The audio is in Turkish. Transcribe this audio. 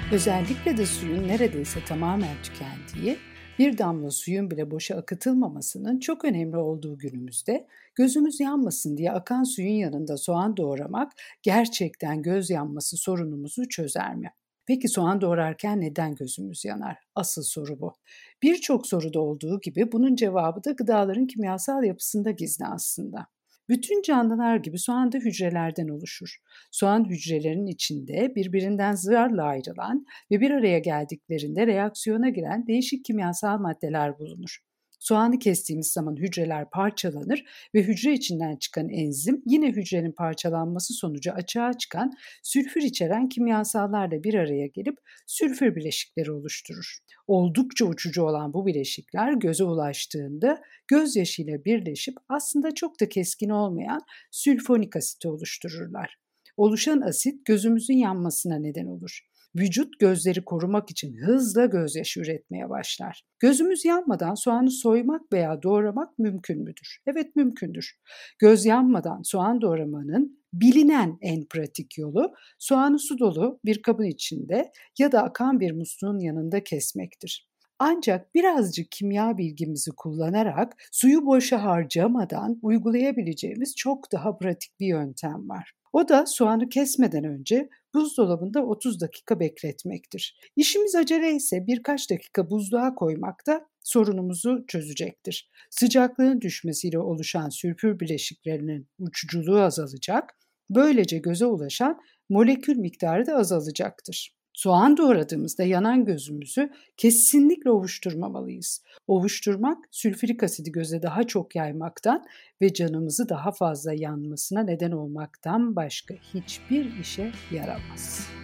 Özellikle de suyun neredeyse tamamen tükendiği, bir damla suyun bile boşa akıtılmamasının çok önemli olduğu günümüzde gözümüz yanmasın diye akan suyun yanında soğan doğramak gerçekten göz yanması sorunumuzu çözer mi? Peki soğan doğrarken neden gözümüz yanar? Asıl soru bu. Birçok soruda olduğu gibi bunun cevabı da gıdaların kimyasal yapısında gizli aslında. Bütün canlılar gibi soğan da hücrelerden oluşur. Soğan hücrelerinin içinde birbirinden zarla ayrılan ve bir araya geldiklerinde reaksiyona giren değişik kimyasal maddeler bulunur. Soğanı kestiğimiz zaman hücreler parçalanır ve hücre içinden çıkan enzim yine hücrenin parçalanması sonucu açığa çıkan sülfür içeren kimyasallarla bir araya gelip sülfür bileşikleri oluşturur. Oldukça uçucu olan bu bileşikler göze ulaştığında gözyaşıyla birleşip aslında çok da keskin olmayan sülfonik asit oluştururlar. Oluşan asit gözümüzün yanmasına neden olur. Vücut gözleri korumak için hızla gözyaşı üretmeye başlar. Gözümüz yanmadan soğanı soymak veya doğramak mümkün müdür? Evet, mümkündür. Göz yanmadan soğan doğramanın bilinen en pratik yolu soğanı su dolu bir kabın içinde ya da akan bir musluğun yanında kesmektir. Ancak birazcık kimya bilgimizi kullanarak suyu boşa harcamadan uygulayabileceğimiz çok daha pratik bir yöntem var. O da soğanı kesmeden önce buzdolabında 30 dakika bekletmektir. İşimiz acele ise birkaç dakika buzluğa koymak da sorunumuzu çözecektir. Sıcaklığın düşmesiyle oluşan sülfür bileşiklerinin uçuculuğu azalacak, böylece göze ulaşan molekül miktarı da azalacaktır. Soğan doğradığımızda yanan gözümüzü kesinlikle ovuşturmamalıyız. Ovuşturmak sülfürik asidi göze daha çok yaymaktan ve canımızı daha fazla yanmasına neden olmaktan başka hiçbir işe yaramaz.